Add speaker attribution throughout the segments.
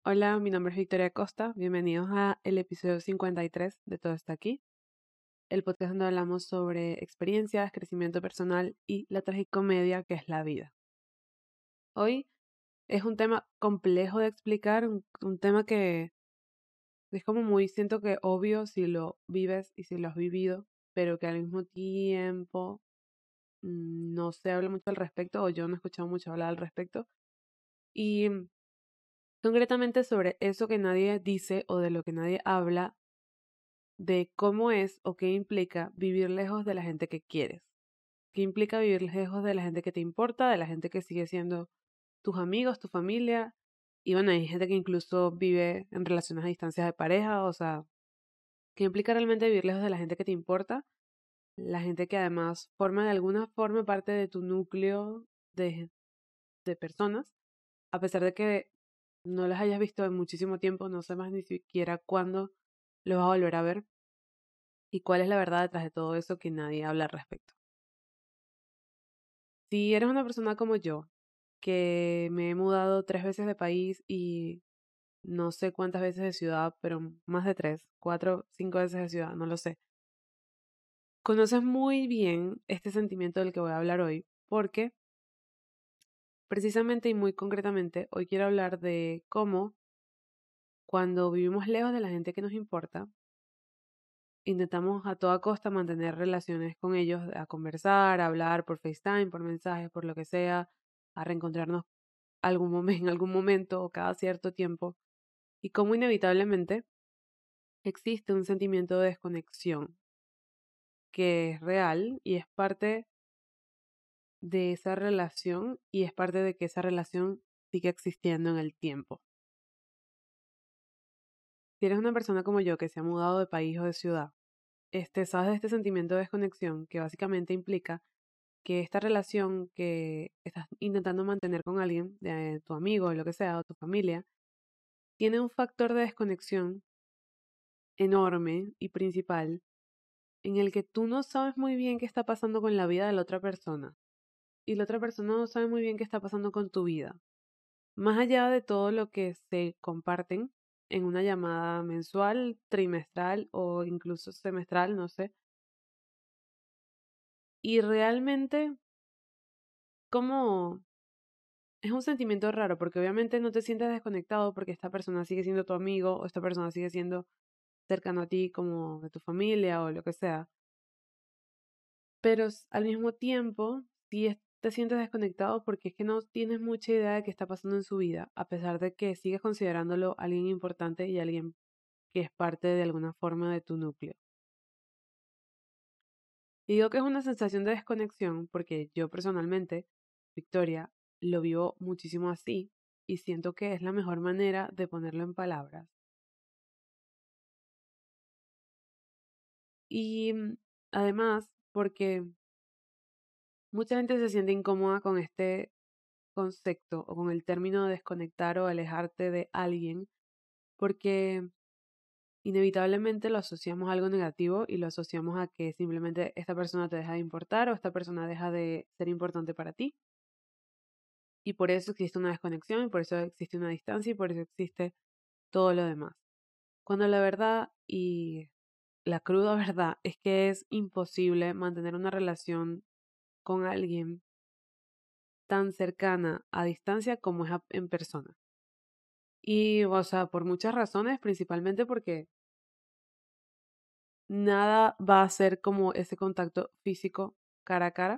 Speaker 1: Hola, mi nombre es Victoria Costa. Bienvenidos a el episodio 53 de Todo está aquí, el podcast donde hablamos sobre experiencias, crecimiento personal y la tragicomedia que es la vida. Hoy es un tema complejo de explicar, un tema que es como muy, siento que obvio si lo vives y si lo has vivido, pero que al mismo tiempo no se habla mucho al respecto o yo no he escuchado mucho hablar al respecto. Y concretamente sobre eso que nadie dice o de lo que nadie habla de cómo es o qué implica vivir lejos de la gente que quieres. ¿Qué implica vivir lejos de la gente que te importa, de la gente que sigue siendo tus amigos, tu familia? Y bueno, hay gente que incluso vive en relaciones a distancia de pareja, o sea, ¿qué implica realmente vivir lejos de la gente que te importa? La gente que además forma de alguna forma parte de tu núcleo de personas, a pesar de que no las hayas visto en muchísimo tiempo, no sé más ni siquiera cuándo los vas a volver a ver y cuál es la verdad detrás de todo eso que nadie habla al respecto. Si eres una persona como yo, que me he mudado 3 veces de país y no sé cuántas veces de ciudad, pero más de 3, 4, 5 veces de ciudad, no lo sé. Conoces muy bien este sentimiento del que voy a hablar hoy, porque precisamente y muy concretamente hoy quiero hablar de cómo cuando vivimos lejos de la gente que nos importa, intentamos a toda costa mantener relaciones con ellos, a conversar, a hablar por FaceTime, por mensajes, por lo que sea, a reencontrarnos en algún momento o cada cierto tiempo, y cómo inevitablemente existe un sentimiento de desconexión que es real y es parte de esa relación y es parte de que esa relación sigue existiendo en el tiempo. Si eres una persona como yo que se ha mudado de país o de ciudad, sabes de este sentimiento de desconexión que básicamente implica que esta relación que estás intentando mantener con alguien, de tu amigo o lo que sea, o tu familia, tiene un factor de desconexión enorme y principal en el que tú no sabes muy bien qué está pasando con la vida de la otra persona y la otra persona no sabe muy bien qué está pasando con tu vida. Más allá de todo lo que se comparten en una llamada mensual, trimestral o incluso semestral, no sé. Y realmente, como es un sentimiento raro, porque obviamente no te sientes desconectado porque esta persona sigue siendo tu amigo o esta persona sigue siendo cercano a ti como de tu familia o lo que sea. Pero al mismo tiempo, te sientes desconectado porque es que no tienes mucha idea de qué está pasando en su vida, a pesar de que sigues considerándolo alguien importante y alguien que es parte de alguna forma de tu núcleo. Y digo que es una sensación de desconexión porque yo personalmente, Victoria, lo vivo muchísimo así y siento que es la mejor manera de ponerlo en palabras. Y además, porque mucha gente se siente incómoda con este concepto o con el término desconectar o alejarte de alguien, porque inevitablemente lo asociamos a algo negativo y lo asociamos a que simplemente esta persona te deja de importar o esta persona deja de ser importante para ti. Y por eso existe una desconexión y por eso existe una distancia y por eso existe todo lo demás. Cuando la verdad y la cruda verdad es que es imposible mantener una relación con alguien tan cercana a distancia como es en persona. Y, o sea, por muchas razones, principalmente porque nada va a ser como ese contacto físico cara a cara,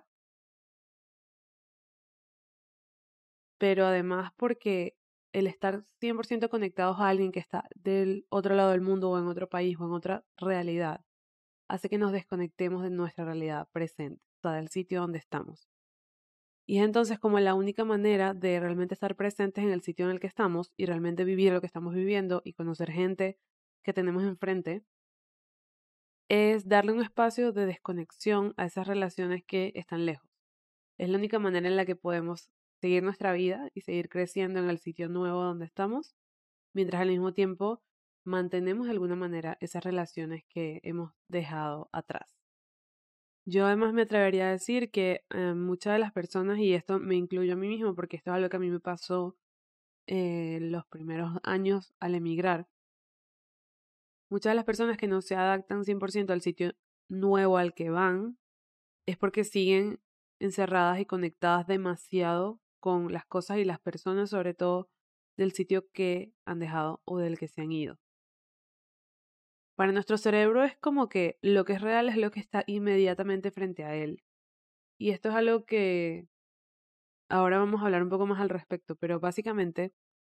Speaker 1: pero además porque el estar 100% conectados a alguien que está del otro lado del mundo o en otro país o en otra realidad, hace que nos desconectemos de nuestra realidad presente, o sea, del sitio donde estamos. Y es entonces como la única manera de realmente estar presentes en el sitio en el que estamos y realmente vivir lo que estamos viviendo y conocer gente que tenemos enfrente, es darle un espacio de desconexión a esas relaciones que están lejos. Es la única manera en la que podemos seguir nuestra vida y seguir creciendo en el sitio nuevo donde estamos, mientras al mismo tiempo mantenemos de alguna manera esas relaciones que hemos dejado atrás. Yo además me atrevería a decir que muchas de las personas, y esto me incluyo a mí mismo porque esto es algo que a mí me pasó los primeros años al emigrar, muchas de las personas que no se adaptan 100% al sitio nuevo al que van es porque siguen encerradas y conectadas demasiado con las cosas y las personas, sobre todo del sitio que han dejado o del que se han ido. Para nuestro cerebro es como que lo que es real es lo que está inmediatamente frente a él. Y esto es algo que ahora vamos a hablar un poco más al respecto, pero básicamente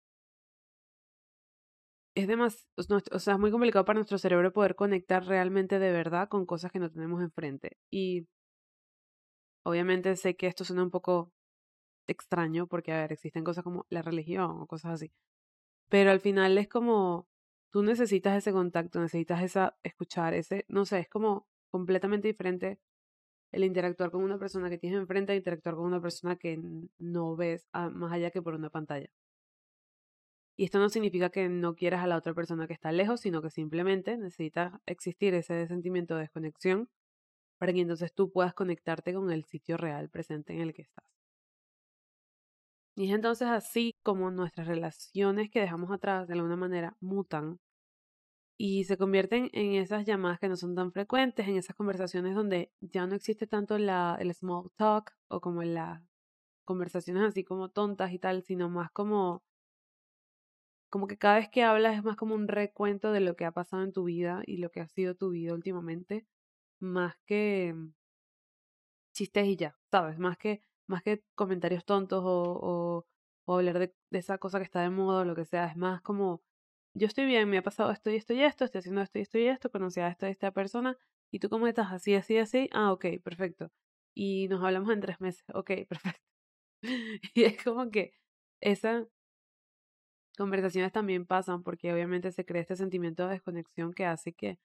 Speaker 1: es o sea, es muy complicado para nuestro cerebro poder conectar realmente de verdad con cosas que no tenemos enfrente. Y obviamente sé que esto suena un poco extraño porque, a ver, existen cosas como la religión o cosas así. Pero al final es como, tú necesitas ese contacto, necesitas escuchar ese, no sé, es como completamente diferente el interactuar con una persona que tienes enfrente a interactuar con una persona que no ves más allá que por una pantalla. Y esto no significa que no quieras a la otra persona que está lejos, sino que simplemente necesita existir ese sentimiento de desconexión para que entonces tú puedas conectarte con el sitio real presente en el que estás. Y es entonces así como nuestras relaciones que dejamos atrás de alguna manera mutan y se convierten en esas llamadas que no son tan frecuentes, en esas conversaciones donde ya no existe tanto el small talk o como en las conversaciones así como tontas y tal, sino más como que cada vez que hablas es más como un recuento de lo que ha pasado en tu vida y lo que ha sido tu vida últimamente, más que chistes y ya, ¿sabes? Más que comentarios tontos o hablar de esa cosa que está de moda o lo que sea, es más como, yo estoy bien, me ha pasado esto y esto y esto, estoy haciendo esto y esto y esto, conocí a esta y esta persona, ¿y tú cómo estás? Así, así, así, ah, ok, perfecto. Y nos hablamos en 3 meses, ok, perfecto. Y es como que esas conversaciones también pasan porque obviamente se crea este sentimiento de desconexión que hace que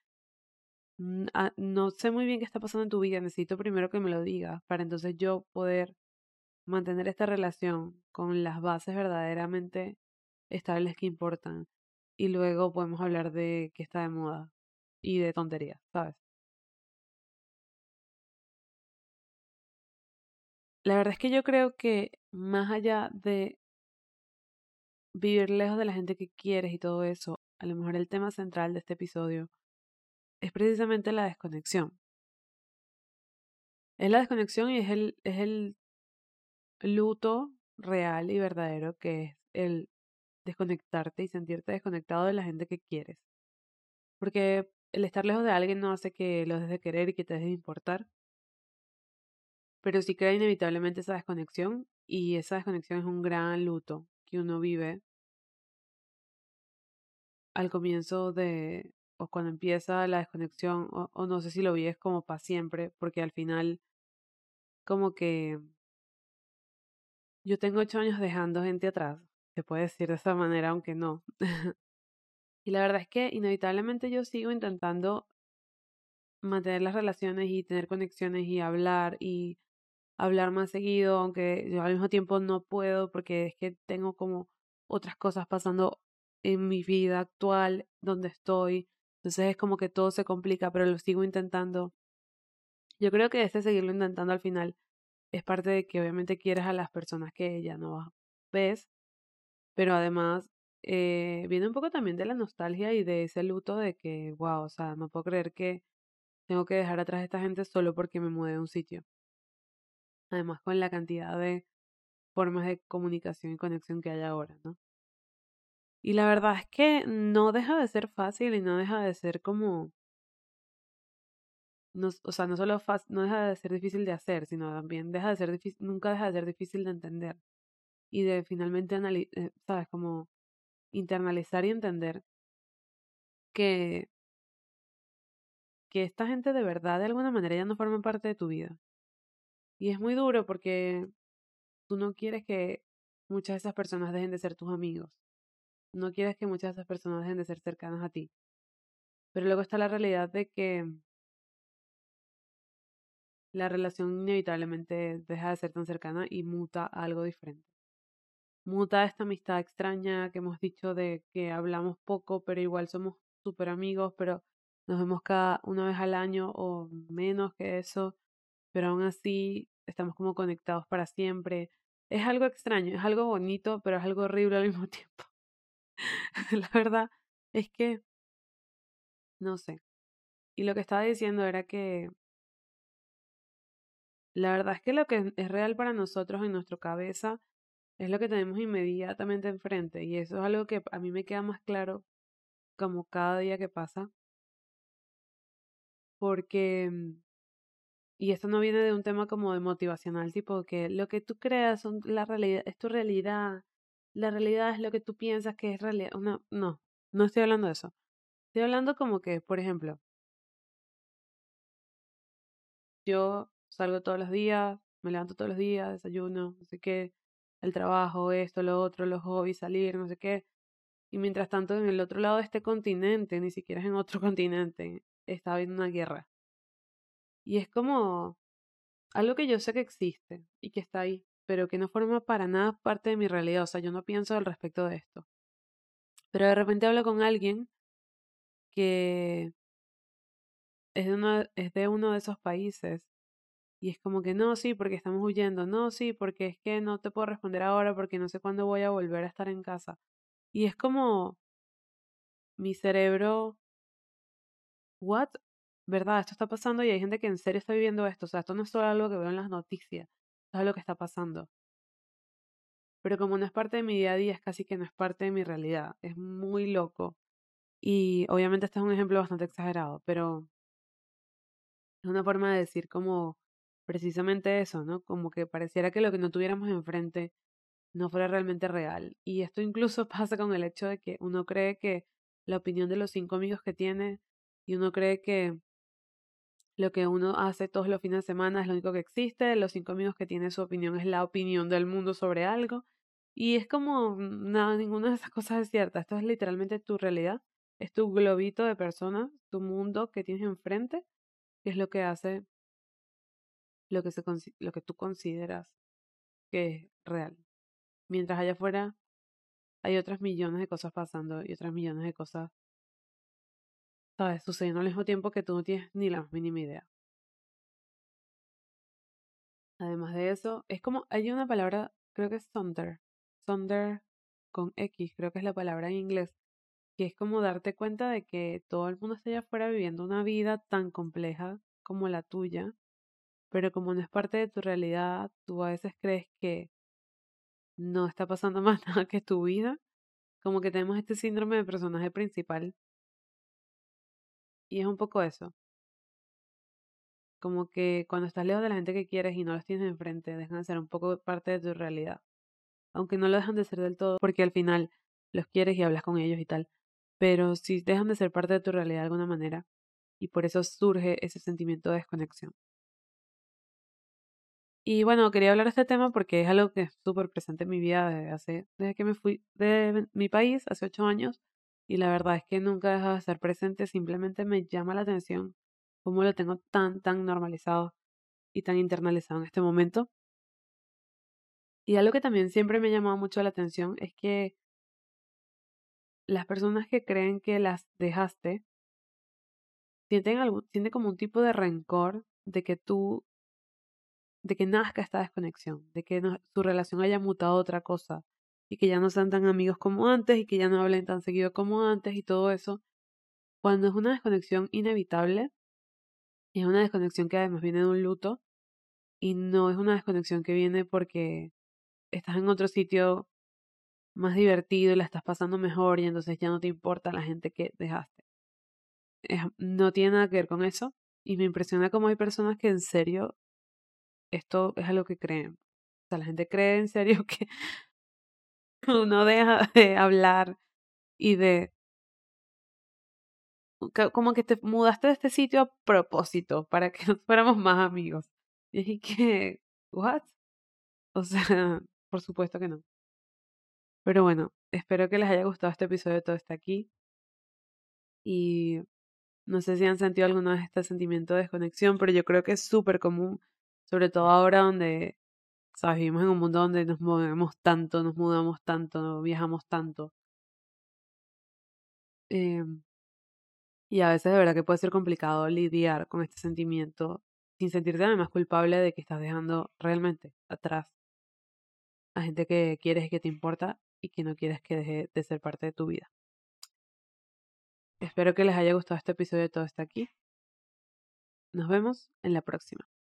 Speaker 1: no sé muy bien qué está pasando en tu vida, necesito primero que me lo digas para entonces yo poder mantener esta relación con las bases verdaderamente estables que importan. Y luego podemos hablar de qué está de moda y de tonterías, ¿sabes? La verdad es que yo creo que más allá de vivir lejos de la gente que quieres y todo eso, a lo mejor el tema central de este episodio es precisamente la desconexión. Es la desconexión y es el luto real y verdadero que es el desconectarte y sentirte desconectado de la gente que quieres. Porque el estar lejos de alguien no hace que lo dejes de querer y que te dejes de importar, pero sí crea inevitablemente esa desconexión y esa desconexión es un gran luto que uno vive al comienzo o cuando empieza la desconexión, o no sé si lo vives como para siempre, porque al final como que yo tengo 8 años dejando gente atrás, se puede decir de esa manera, aunque no. Y la verdad es que inevitablemente yo sigo intentando mantener las relaciones y tener conexiones y hablar más seguido, aunque yo al mismo tiempo no puedo porque es que tengo como otras cosas pasando en mi vida actual, donde estoy. Entonces es como que todo se complica, pero lo sigo intentando. Yo creo que este seguirlo intentando al final es parte de que obviamente quieres a las personas que ya no ves, pero además viene un poco también de la nostalgia y de ese luto de que, wow, o sea, no puedo creer que tengo que dejar atrás a esta gente solo porque me mudé de un sitio. Además, con la cantidad de formas de comunicación y conexión que hay ahora, ¿no? Y la verdad es que no deja de ser fácil y no deja de ser como, no, o sea, no solo no deja de ser difícil de hacer, sino también deja de ser difícil, nunca deja de ser difícil de entender y de finalmente, ¿sabes? Como internalizar y entender que, que esta gente de verdad de alguna manera ya no forma parte de tu vida. Y es muy duro porque tú no quieres que muchas de esas personas dejen de ser tus amigos. No quieres que muchas de esas personas dejen de ser cercanas a ti. Pero luego está la realidad de que la relación inevitablemente deja de ser tan cercana y muta a algo diferente. Muta a esta amistad extraña que hemos dicho de que hablamos poco, pero igual somos súper amigos, pero nos vemos cada una vez al año o menos que eso, pero aún así estamos como conectados para siempre. es algo extraño, es algo bonito, pero es algo horrible al mismo tiempo. La verdad es que, no sé. Y lo que estaba diciendo era que la verdad es que lo que es real para nosotros en nuestra cabeza es lo que tenemos inmediatamente enfrente. Y eso es algo que a mí me queda más claro como cada día que pasa. Porque, y esto no viene de un tema como de motivacional, tipo que lo que tú creas son la realidad, es tu realidad. La realidad es lo que tú piensas que es realidad. No estoy hablando de eso. Estoy hablando como que, por ejemplo, yo salgo todos los días, me levanto todos los días, desayuno, no sé qué, el trabajo, esto, lo otro, los hobbies, salir, no sé qué. Y mientras tanto, en el otro lado de este continente, ni siquiera es en otro continente, está habiendo una guerra. Y es como algo que yo sé que existe y que está ahí, pero que no forma para nada parte de mi realidad. O sea, yo no pienso al respecto de esto. Pero de repente hablo con alguien que es de uno de esos países. Y es como que no, sí, porque estamos huyendo, no, sí, porque es que no te puedo responder ahora porque no sé cuándo voy a volver a estar en casa. Y es como mi cerebro, what? ¿Verdad? Esto está pasando y hay gente que en serio está viviendo esto. O sea, esto no es solo algo que veo en las noticias, esto es algo que está pasando. Pero como no es parte de mi día a día, es casi que no es parte de mi realidad. Es muy loco. Y obviamente este es un ejemplo bastante exagerado, pero es una forma de decir como precisamente eso, ¿no? Como que pareciera que lo que no tuviéramos enfrente no fuera realmente real. Y esto incluso pasa con el hecho de que uno cree que la opinión de los 5 amigos que tiene y uno cree que lo que uno hace todos los fines de semana es lo único que existe, los 5 amigos que tiene su opinión es la opinión del mundo sobre algo. Y es como, nada, ninguna de esas cosas es cierta. Esto es literalmente tu realidad, es tu globito de personas, tu mundo que tienes enfrente, que es lo que hace lo que tú consideras que es real. Mientras allá afuera hay otras millones de cosas pasando y otras millones de cosas, ¿sabes? Sucediendo al mismo tiempo que tú no tienes ni la más mínima idea. Además de eso, es como, hay una palabra, creo que es sonder con X, creo que es la palabra en inglés, que es como darte cuenta de que todo el mundo está allá afuera viviendo una vida tan compleja como la tuya, pero como no es parte de tu realidad, tú a veces crees que no está pasando más nada que tu vida, como que tenemos este síndrome de personaje principal, y es un poco eso. Como que cuando estás lejos de la gente que quieres y no los tienes enfrente, dejan de ser un poco parte de tu realidad. Aunque no lo dejan de ser del todo, porque al final los quieres y hablas con ellos y tal. Pero sí dejan de ser parte de tu realidad de alguna manera. Y por eso surge ese sentimiento de desconexión. Y bueno, quería hablar de este tema porque es algo que es súper presente en mi vida desde que me fui de mi país hace 8 años. Y la verdad es que nunca he dejado de estar presente, simplemente me llama la atención cómo lo tengo tan normalizado y tan internalizado en este momento. Y algo que también siempre me ha llamado mucho la atención es que las personas que creen que las dejaste sienten como un tipo de rencor de que nazca esta desconexión, de que su relación haya mutado a otra cosa y que ya no sean tan amigos como antes y que ya no hablen tan seguido como antes y todo eso, cuando es una desconexión inevitable y es una desconexión que además viene de un luto y no es una desconexión que viene porque estás en otro sitio más divertido y la estás pasando mejor y entonces ya no te importa la gente que dejaste. No tiene nada que ver con eso y me impresiona cómo hay personas que en serio esto es algo que creen. O sea, la gente cree en serio que uno deja de hablar y de como que te mudaste de este sitio a propósito para que nos fuéramos más amigos. Y dije que, ¿what? O sea, por supuesto que no. Pero bueno, espero que les haya gustado este episodio de Todo está aquí y no sé si han sentido alguna vez este sentimiento de desconexión, pero yo creo que es súper común, sobre todo ahora donde, sabes, vivimos en un mundo donde nos movemos tanto, nos mudamos tanto, viajamos tanto. em, y a veces de verdad que puede ser complicado lidiar con este sentimiento sin sentirte además culpable de que estás dejando realmente atrás a gente que quieres y que te importa y que no quieres que deje de ser parte de tu vida. Espero que les haya gustado este episodio de Todo está aquí. Nos vemos en la próxima.